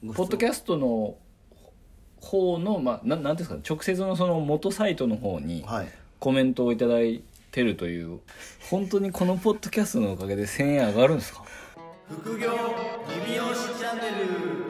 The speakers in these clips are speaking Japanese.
ポッドキャストの方の、なんていうんですか、直接のその元サイトの方にコメントをいただいてるという、本当にこのポッドキャストのおかげで1000円上がるんですか？ 副業リビオシチャンネル。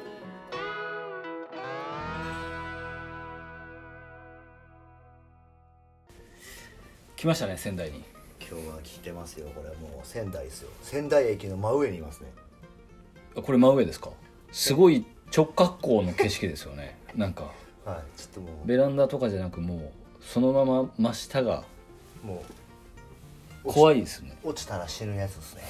来ましたね、仙台に。 今日は来てますよ。これはもう仙台ですよ。仙台駅の真上にいますね。 これ真上ですか？すごい直角行の景色ですよね。なんか、 はい、ちょっともうベランダとかじゃなく、もうそのまま真下がもう怖いですね。 落ちたら死ぬやつですね。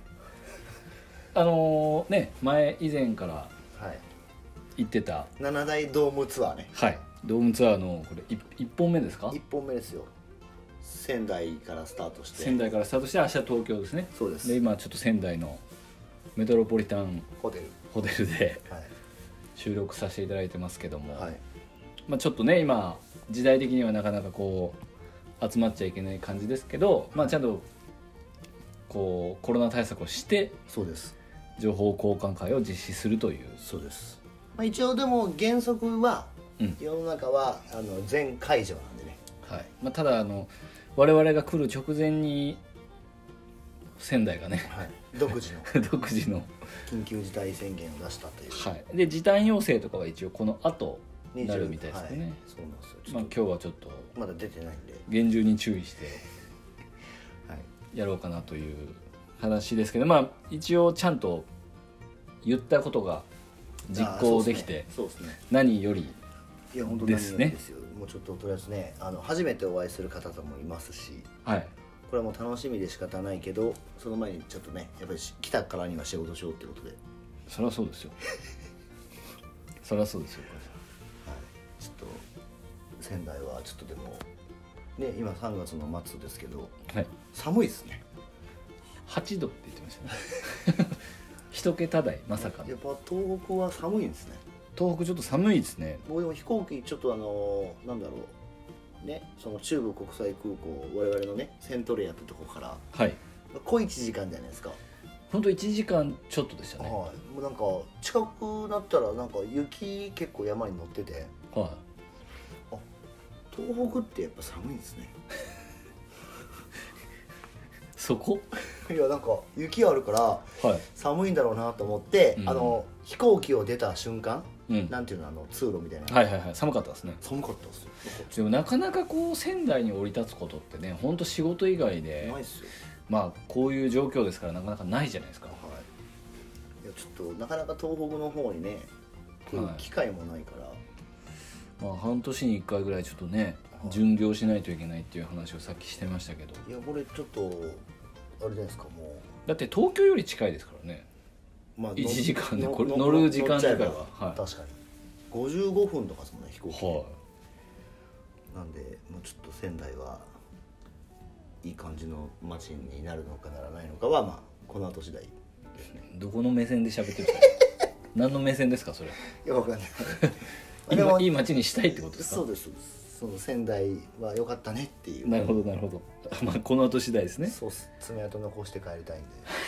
以前からはい。 行ってた 7大ドームツアーね。 はい、ドームツアーのこれ1本目ですか？ 1本目ですよ。仙台からスタートして。 仙台からスタートして、明日東京ですね。 そうです。 で今ちょっと仙台のメトロポリタンホテルではい収録させていただいてますけども、 はい。 ちょっとね今時代的にはなかなかこう集まっちゃいけない感じですけど、ちゃんとこうコロナ対策をしてそうです。 情報交換会を実施するという。 そうです。一応でも原則は、世の中は全解除なんでね。 はい。ただ我々が来る直前に仙台がね、 はい、独自の緊急事態宣言を出したという。 はい。で時短要請とかは一応この後なるみたいですね。 そうなんですよ。 今日はちょっとまだ出てないんで厳重に注意してやろうかなという話ですけど、一応ちゃんと言ったことが実行できて、 そうですね。 何よりいや本当に何よりですよ。もうちょっととりあえずね、初めてお会いする方ともいますし、 はい。 これはもう楽しみで仕方ないけど、その前にちょっとね、やっぱり来たからには仕事しようってことで。 そりゃそうですよ。そりゃそうですよ。 はい。ちょっと仙台はちょっとでもね、今3月の末ですけど、 はい、 寒いですね。 8度って言ってましたね。一桁台、まさかの。 やっぱ東北は寒いんですね。 東北ちょっと寒いですね。 僕でも飛行機ちょっとなんだろうね、その中部国際空港、我々のねセントレアってとこから小1時間じゃないですか。 本当1時間ちょっとでしたね。 はい。もうなんか近くなったらなんか雪結構山に乗ってて、 はい。 あ、東北ってやっぱ寒いんですね。 そこ？ いやなんか雪あるから寒いんだろうなと思って、飛行機を出た瞬間、なんていうの、通路みたいな。 はい寒かったですね。 寒かったですよ。 でもなかなかこう仙台に降り立つことってね、本当仕事以外でないですよ。 こういう状況ですからなかなかないじゃないですか。はい。 いやちょっとなかなか東北の方にね来る機会もないから、 半年に1回ぐらいちょっとね、巡業しないといけないっていう話をさっきしてましたけど。 いやこれちょっとあれじゃないですか。もうだって東京より近いですからね。1時間でこれ乗る時間自体は、 確かに55分とかですもんね、飛行機。 はい。 なんでもうちょっと仙台はいい感じの街になるのかならないのかはこの後次第ですね。 どこの目線で喋ってるんですか？何の目線ですかそれ？ いやわかんない。 でもいい街にしたいってことですか？ そうですそうです。その仙台は良かったねっていう。 なるほどこの後次第ですね。 そうっす。爪痕残して帰りたいん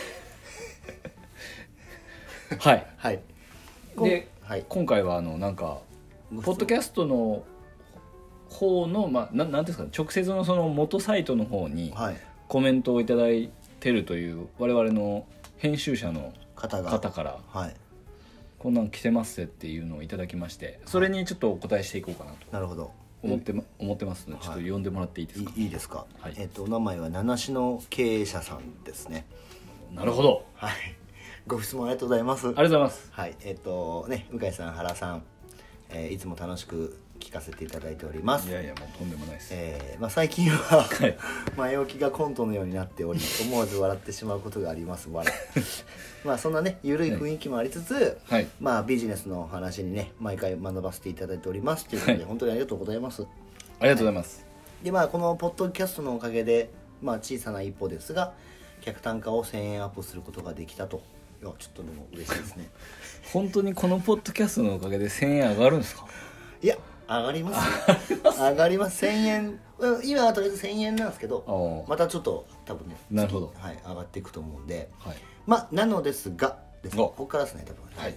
で。 はいはい。 で、今回はなんかポッドキャストの方のなんていうんですか、直接のその元サイトの方にコメントをいただいてるという我々の編集者の方から、こんなん来てますっていうのをいただきまして、それにちょっとお答えしていこうかなと。 なるほど。 思ってますので、ちょっと呼んでもらっていいですか？ いいですか。お名前は七種の経営者さんですね。 なるほど。 はい。ご質問ありがとうございます。 ありがとうございます。 はい。向井さん、原さん、いつも楽しく聞かせていただいております。 いやもうとんでもないです。 最近は前置きがコントのようになっており、思わず笑ってしまうことがありますそんなね緩い雰囲気もありつつ、ビジネスの話にね毎回学ばせていただいておりますということで、本当にありがとうございます。 ありがとうございます。 でこのポッドキャストのおかげで小さな一歩ですが客単価を1000円アップすることができたと。いやちょっとでも嬉しいですね。 本当にこのポッドキャストのおかげで1000円上がるんですか？ いや上がります上がります。1000円今はとりあえず1000円なんですけど、またちょっと多分ね、 なるほど、 上がっていくと思うんで、なのですがここからですね、多分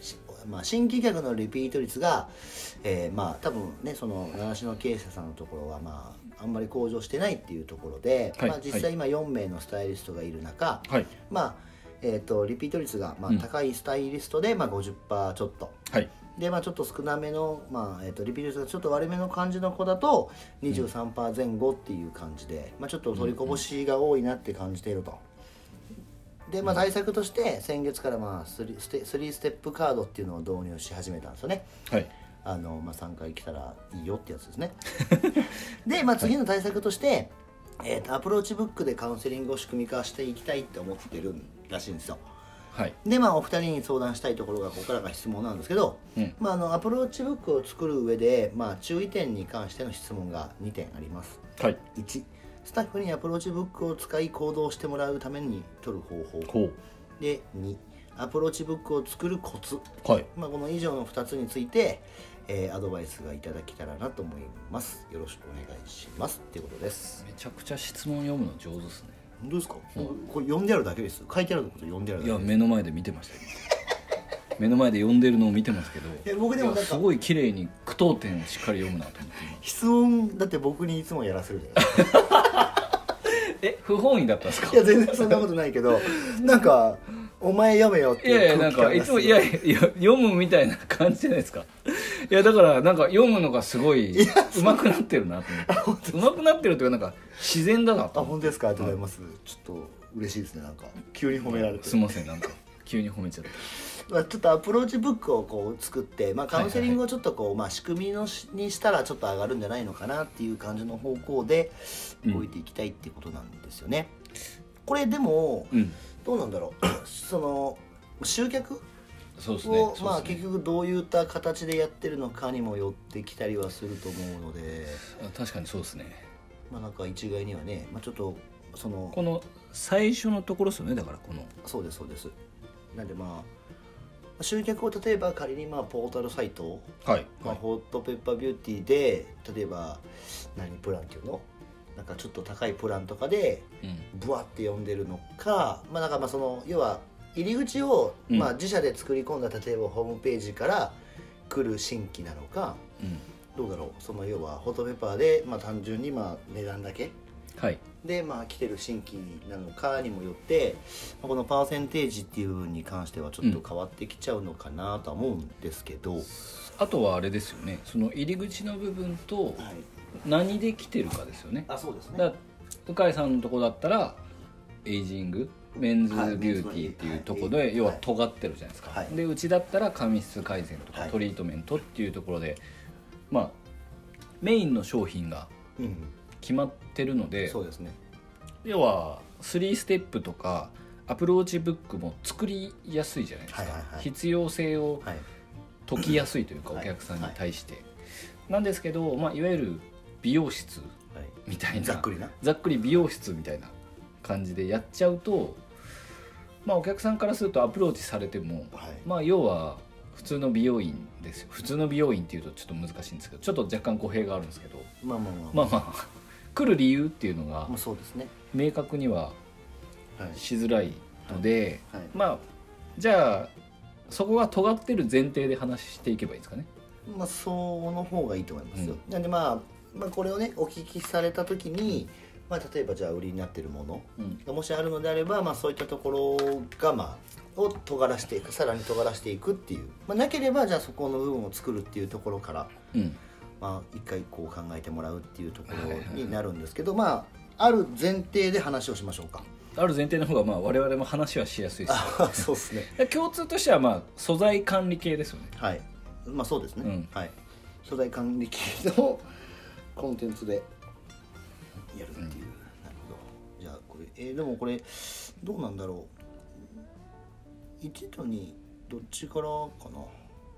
まあ、新規客のリピート率が、まあ多分ねその習志野経営者さんのところはまああんまり向上してないっていうところで、 はい、 まあ、実際今4名のスタイリストがいる中、 はい、 まあリピート率がまあ高いスタイリストでまあ 50% ちょっと、 はい、 でまあちょっと少なめの、まあリピート率がちょっと悪めの感じの子だと 23% 前後っていう感じで、まあ、ちょっと取りこぼしが多いなって感じていると。でまあ、対策として先月からまあ3ステップカードっていうのを導入し始めたんですよね。 はい、 まあ、3回来たらいいよってやつですね。で、まあ、次の対策として、アプローチブックでカウンセリングを仕組み化していきたいって思ってるらしいんですよ。 はい、 でまあお二人に相談したいところがここからが質問なんですけど、まあ、アプローチブックを作る上で、まあ、注意点に関しての質問が2点あります。 はい、 1、スタッフにアプローチブックを使い行動してもらうために取る方法で、2、アプローチブックを作るコツ、 はい、 まあ、この以上の2つについて、アドバイスがいただけたらなと思います。よろしくお願いしますっていうことです。 めちゃくちゃ質問読むの上手ですね。 本当ですか？これ読んであるだけです。書いてあること読んであるだけです。 いや目の前で見てましたよ目の前で読んでるのを見てますけど、 僕でもなんかすごい綺麗に句読点をしっかり読むなと思って質問だって僕にいつもやらせるじゃないですか不本意だったんですか？ いや全然そんなことないけどなんかお前読めよっていうなんかいつも読むみたいな感じじゃないですか。いやだからなんか読むのがすごい上手くなってるなと思って上手くなってるというかなんか自然だなと思って。 本当ですか？ありがとうございます、ちょっと嬉しいですね。なんか急に褒められて、 すいませんなんか急に褒めちゃってまあ、ちょっとアプローチブックをこう作って、まあ、カウンセリングをちょっとこう、まあ、仕組みにしたらちょっと上がるんじゃないのかなっていう感じの方向で動いていきたいっていうことなんですよね。これでも、どうなんだろうその集客を、まあ、結局どういった形でやってるのかにもよってきたりはすると思うので、 確かにそうですね。 まあなんか一概にはね、まあ、ちょっとこの最初のところですよね。だからそうですそうです。なんでまあ集客を例えば仮にまあポータルサイト、まあ、ホットペッパービューティーで例えばプランっていうのなんかちょっと高いプランとかでブワって呼んでるのか、まあなんかまあその要は入り口をまあ自社で作り込んだ例えばホームページから来る新規なのか、どうだろうその要はホットペッパーでまあ単純にまあ値段だけでまあ来てる新規なのかにもよってこのパーセンテージっていう部分に関してはちょっと変わってきちゃうのかなとは思うんですけど、 あとはあれですよね、その入り口の部分と何で来てるかですよね。 そうですね。 だから向井さんのとこだったらエイジングメンズビューティーっていうところで要は尖ってるじゃないですか、でうちだったら髪質改善とかトリートメントっていうところで、まあメインの商品が決まってるので、 そうですね。 要は3ステップとかアプローチブックも作りやすいじゃないですか、必要性を解きやすいというか、お客さんに対して、なんですけど、まあ、いわゆる美容室みたいな、ざっくり美容室みたいな感じでやっちゃうと、まあ、お客さんからするとアプローチされても、まあ要は普通の美容院ですよ。普通の美容院っていうとちょっと難しいんですけど、ちょっと若干語弊があるんですけど、まあ来る理由っていうのが明確にはしづらいので、まあじゃあそこが尖ってる前提で話していけばいいですかね。 まあその方がいいと思いますよ。なんでまあこれをねお聞きされた時に、まあ例えばじゃあ売りになってるものがもしあるのであれば、まあそういったところがまあを尖らしていく、さらに尖らしていくっていう、まあなければじゃあそこの部分を作るっていうところから。まあ、一回こう考えてもらうっていうところになるんですけど、まあある前提で話をしましょうか。 ある前提の方がまあ我々も話はしやすいですよね。 そうですね。 共通としてはまあ素材管理系ですよね。 はい。まあそうですね。はい。素材管理系のコンテンツでやるっていう。なるほど。じゃあこれでもこれどうなんだろう。1と2どっちからかな。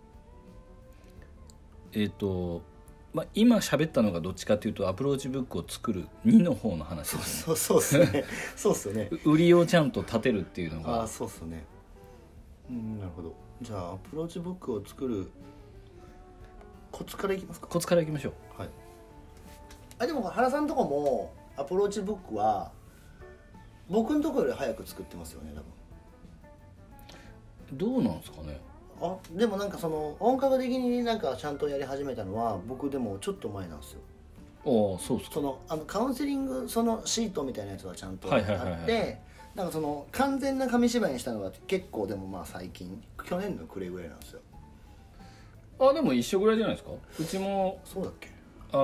まあ、今喋ったのがどっちかというとアプローチブックを作る2の方の話ですね。そうですね。そうですね。 売りをちゃんと立てるっていうのが。 そうですね。なるほど。じゃあアプローチブックを作るコツからいきますか。 コツからいきましょう。 はい。でも原さんのとこもアプローチブックは僕のところより早く作ってますよね、多分。 どうなんですかね。 でもなんかその本格的になんかちゃんとやり始めたのは僕でもちょっと前なんですよ。 そうですか。 カウンセリングそのシートみたいなやつはちゃんとあって、なんかその完全な紙芝居にしたのは結構でもまあ最近去年の暮れぐらいなんですよ。 でも一緒ぐらいじゃないですか。うちもそうだっけ。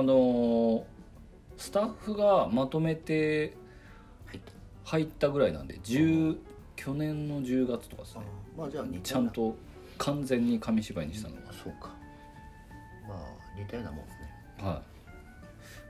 スタッフがまとめて入ったぐらいなんで去年の10月とかですね。 まあじゃあちゃんと完全に紙芝居にしたのが、 そうか。まあ似たようなもんですね。 はい。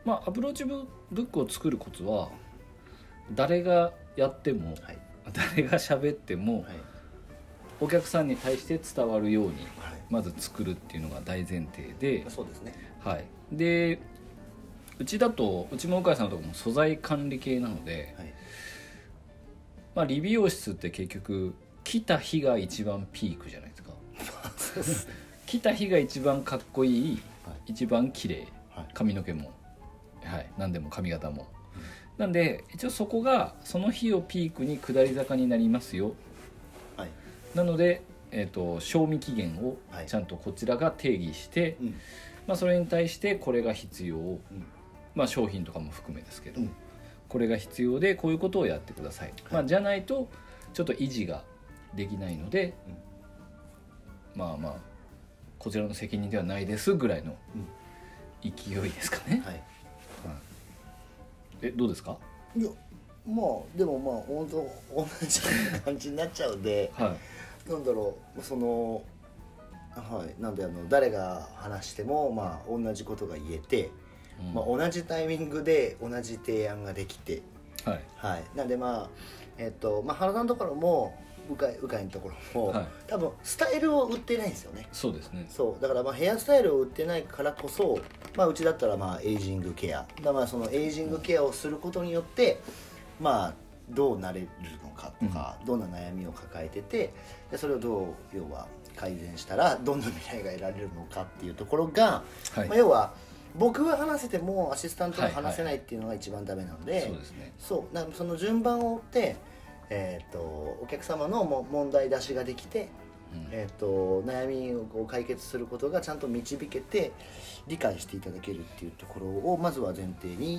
アプローチブックを作るコツは誰がやっても、誰が喋っても、お客さんに対して伝わるようにまず作るっていうのが大前提で、 そうですね。 はい。でうちも向井さんのところも素材管理系なので、理美容室って結局来た日が一番ピークじゃないですか。来た日が一番かっこいい、一番綺麗、髪の毛も、何でも髪型も、なんで一応そこがその日をピークに下り坂になりますよ、なので、賞味期限をちゃんとこちらが定義して、それに対してこれが必要、商品とかも含めですけど、これが必要でこういうことをやってください、じゃないとちょっと維持ができないので、こちらの責任ではないですぐらいの勢いですかね。どうですか。 いやでも本当同じ感じになっちゃうんで、なんだろう、なんで誰が話しても同じことが言えて、同じタイミングで同じ提案ができて、なんで原さんのところも鵜飼のところも、多分スタイルを売ってないんですよね。 そうですね。 そうだからヘアスタイルを売ってないからこそ、うちだったらエイジングケアそのエイジングケアをすることによってどうなれるのかとか、どんな悩みを抱えてて、でそれをどう要は改善したらどんな未来が得られるのかっていうところが、要は僕は話せてもアシスタントが話せないっていうのが一番ダメなので、 そうですね。 その順番を追って、お客様の問題出しができて、悩みを解決することがちゃんと導けて理解していただけるっていうところをまずは前提に、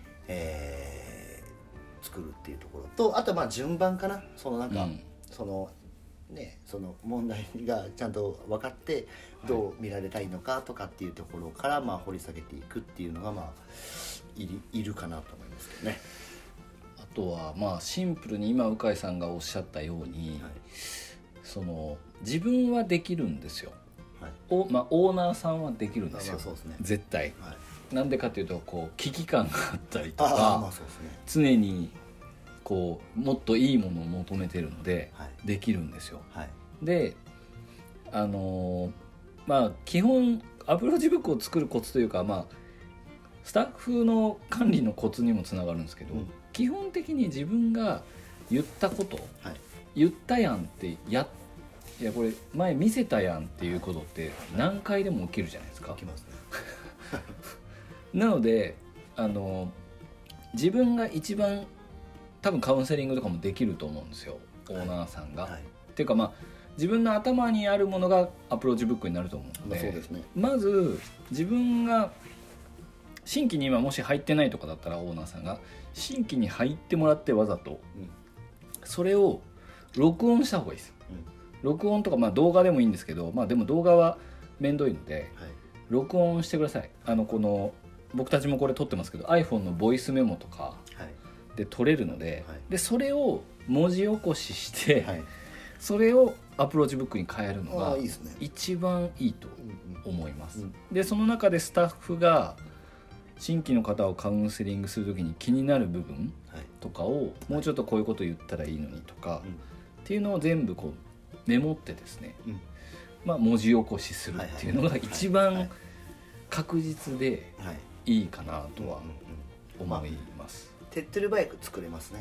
作るっていうところと、あと順番かな。その問題がちゃんと分かってどう見られたいのかとかっていうところから掘り下げていくっていうのがいるかなと思いますけどね。 あとはシンプルに今鵜飼さんがおっしゃったように、自分はできるんですよ、オーナーさんはできるんですよ、絶対、なんでかというと危機感があったりとか、常にもっといいものを求めてるのでできるんですよ、で基本アプローチブックを作るコツというか、スタッフの管理のコツにもつながるんですけど、基本的に自分が言ったこと、言ったやんっていやこれ前見せたやんっていうことって何回でも起きるじゃないですか。 起きますねなので自分が一番多分カウンセリングとかもできると思うんですよ、オーナーさんが、っていうか自分の頭にあるものがアプローチブックになると思うので、 そうですね、 まず自分が新規に今もし入ってないとかだったら、オーナーさんが新規に入ってもらって、わざとそれを録音した方がいいです、録音とか動画でもいいんですけど、でも動画はめんどいので、録音してください。僕たちもこれ撮ってますけど iPhone のボイスメモとかで撮れるので、でそれを文字起こしして、それをアプローチブックに変えるのが一番いいと思います。でその中でスタッフが新規の方をカウンセリングするときに気になる部分とかを、もうちょっとこういうこと言ったらいいのにとか、っていうのを全部メモってですね、文字起こしするっていうのが一番確実でいいかなとは思います。 手っ取り早く作れますね。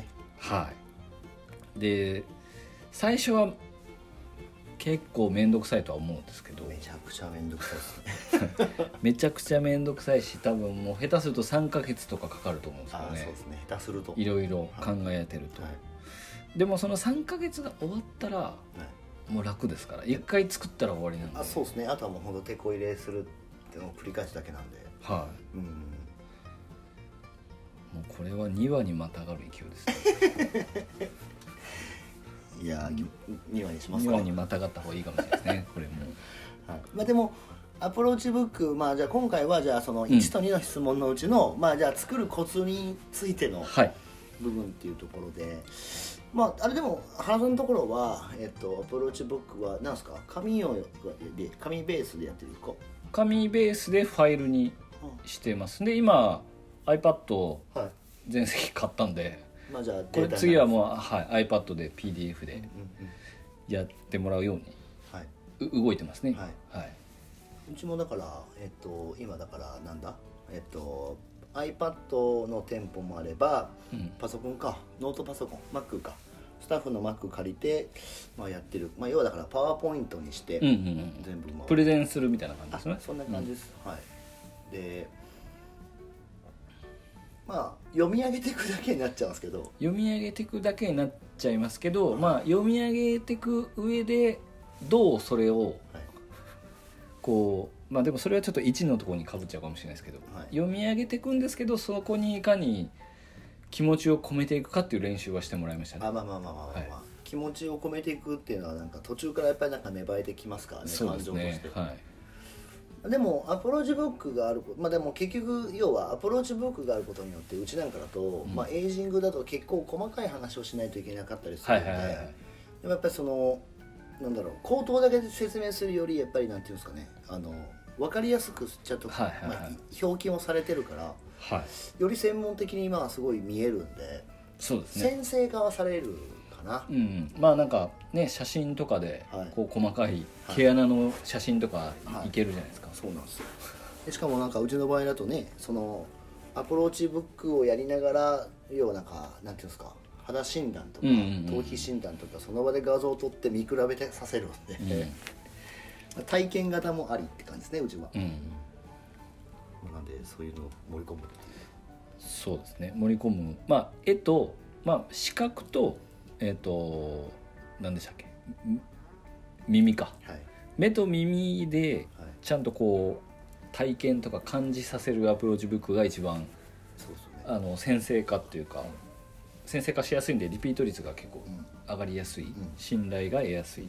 で最初は結構面倒くさいとは思うんですけど、 めちゃくちゃ面倒くさいですねめちゃくちゃ面倒くさいし、多分もう下手すると3ヶ月とかかかると思うんですよね。 そうですね、下手するといろいろ考えてると、でもその3ヶ月が終わったら、 もう楽ですから一回作ったら終わりなんで。 そうですね。あとはもうほんと手こ入れするっていうのを繰り返すだけなんで、 はい、もうこれは2話にまたがる勢いですねいや2話にしますか。 2話にまたがった方がいいかもしれないですねこれも、 はい。まあでもアプローチブック、まあじゃあ今回はじゃあその1と2の質問のうちの、まあじゃあ作るコツについての部分っていうところで、まああれでも原さんのところはアプローチブックは何ですか、紙ベースでやってるんですか。 紙ベースでファイルにしてます。で今 iPad 全席買ったんで、 まあじゃあこれ次はもう、はい、iPad で PDF でやってもらうように、はい、動いてますね。はい、はい。 うちもだから今だからなんだiPad の店舗もあれば、パソコンかノートパソコン Mac かスタッフの Mac 借りて、まあ、やってる、まあ、要はだからパワーポイントにして、全部プレゼンするみたいな感じですね。 そんな感じです、はい。でまあ読み上げていくだけになっちゃうんですけど、 読み上げていくだけになっちゃいますけど、まあ読み上げていく上でどうそれをこう、まあでもそれはちょっと1のところにかぶっちゃうかもしれないですけど、読み上げていくんですけど、そこにいかに気持ちを込めていくかっていう練習はしてもらいましたね。 まあ、気持ちを込めていくっていうのはなんか途中からやっぱりなんか芽生えてきますからね。 そうですね、 感情として、 はい。 でもアプローチブックがある、まあでも結局要はアプローチブックがあることによってうちなんかだと、まあエイジングだと結構細かい話をしないといけなかったりするので、でもやっぱりそのなんだろう、口頭だけで説明するよりやっぱりなんていうんですかね、分かりやすくちゃんと、表記もされてるから、より専門的に今はすごい見えるんで、 そうですね、 先生化はされるかな。 まあなんかね、写真とかでこう細かい毛穴の写真とかいけるじゃないですか。 そうなんですよ。でしかもなんかうちの場合だとね、そのアプローチブックをやりながら、要はなんかなんていうんですか、肌診断とか頭皮診断とかその場で画像を撮って見比べてさせるんで、体験型もありって感じですね、うちは。なんでそういうのを盛り込むっていう。 そうですね、盛り込む、まあ絵と、まあ、視覚と何でしたっけ、耳か、目と耳でちゃんとこう体験とか感じさせるアプローチブックが一番先生化っていうか、先生化しやすいんでリピート率が結構上がりやすい、信頼が得やすい。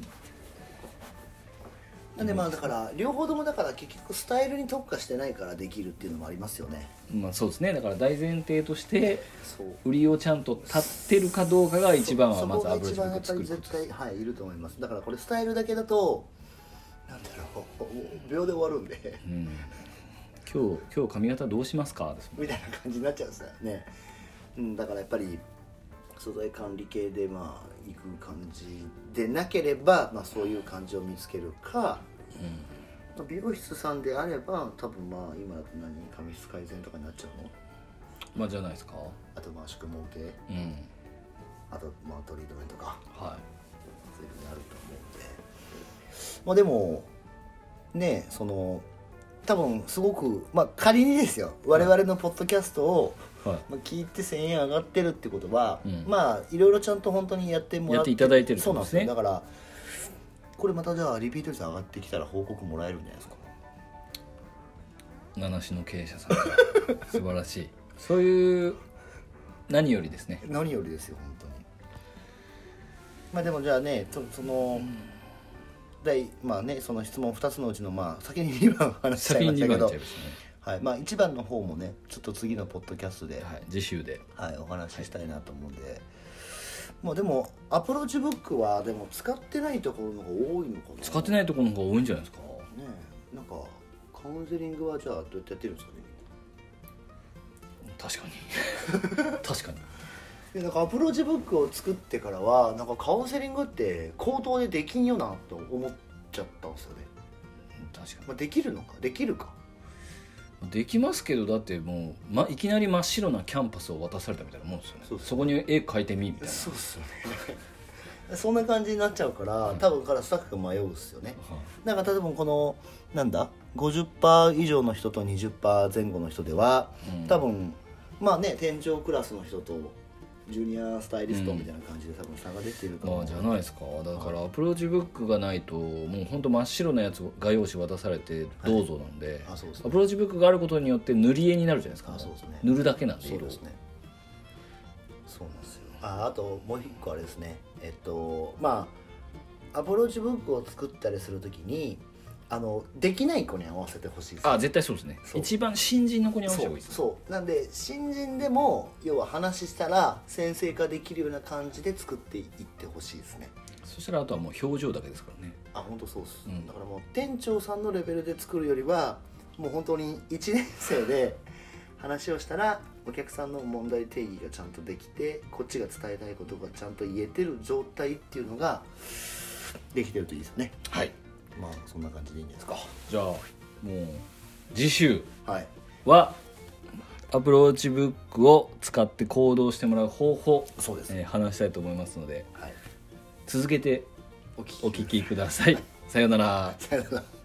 なんでまあだから両方ともだから結局スタイルに特化してないからできるっていうのもありますよね。 まあそうですね、だから大前提として売りをちゃんと立ってるかどうかが一番はまずアプローチブックを作ることです。 絶対いると思います。だからこれスタイルだけだとなんだろう、秒で終わるんで、 今日髪型どうしますかですみたいな感じになっちゃうんですよね。だからやっぱり素材管理系でまあいく感じでなければ、まあ、そういう感じを見つけるか、美容室さんであれば多分まあ今だと髪質改善とかになっちゃうの、 まあじゃないですか。 あとまあ宿毛系、あとまあトリートメントか、そういうふうになると思うんで、まあでもね、その多分すごく、まあ仮にですよ、我々のポッドキャストを聞いて1000円上がってるってことは、まあいろいろちゃんと本当にやってもらって、 やっていただいてる。 そうなんですね。だからこれまたじゃあリピート率上がってきたら報告もらえるんじゃないですか。 七種の経営者さん素晴らしい。そういう何よりですね。 何よりですよ本当に。まあでもじゃあね、そのまあね、その質問2つのうちのまあ先に2番話しちゃいましたけど、まあ1番の方もねちょっと次のポッドキャストで、 次週で、 お話ししたいなと思うんで、もうでもアプローチブックはでも使ってないところの方が多いのかな。 使ってないところの方が多いんじゃないですかね。 なんかカウンセリングはじゃあどうやってやってるんですかね。 確かに確かに。 なんかアプローチブックを作ってからはなんかカウンセリングって口頭でできんよなと思っちゃったんですよね。 確かに、 まあ、できるのか、できるか、 できますけど、だってもう、いきなり真っ白なキャンパスを渡されたみたいなもんですよね。そこに絵描いてみみたいな。 そうっすよねそんな感じになっちゃうから、多分からスタッフが迷うっすよね。だから例えばこのなんだ 50% 以上の人と 20% 前後の人では、多分まあね店長クラスの人とジュニアスタイリストみたいな感じで多分差が出てると思う、 じゃないですか。だからアプローチブックがないともうほんと真っ白なやつ画用紙渡されてどうぞなんで、そうですね、アプローチブックがあることによって塗り絵になるじゃないですか。そうですね、塗るだけなんで。 そうですね、そうなんですよ。あともう一個あれですね、まあアプローチブックを作ったりするときにできない子に合わせてほしいです、 ね、絶対そうですね。一番新人の子に合わせた方がいいです。 そうなんで新人でも要は話したら先生化できるような感じで作っていってほしいですね。 そしたらあとはもう表情だけですからね。 本当そうです、だからもう店長さんのレベルで作るよりはもう本当に1年生で話をしたらお客さんの問題定義がちゃんとできてこっちが伝えたいことがちゃんと言えてる状態っていうのができてるといいですよね。はい、まあそんな感じでいいんですか。 じゃあもう次週は、アプローチブックを使って行動してもらう方法、そうです、話したいと思いますので、続けてお聞きください。さようなら。 さようなら。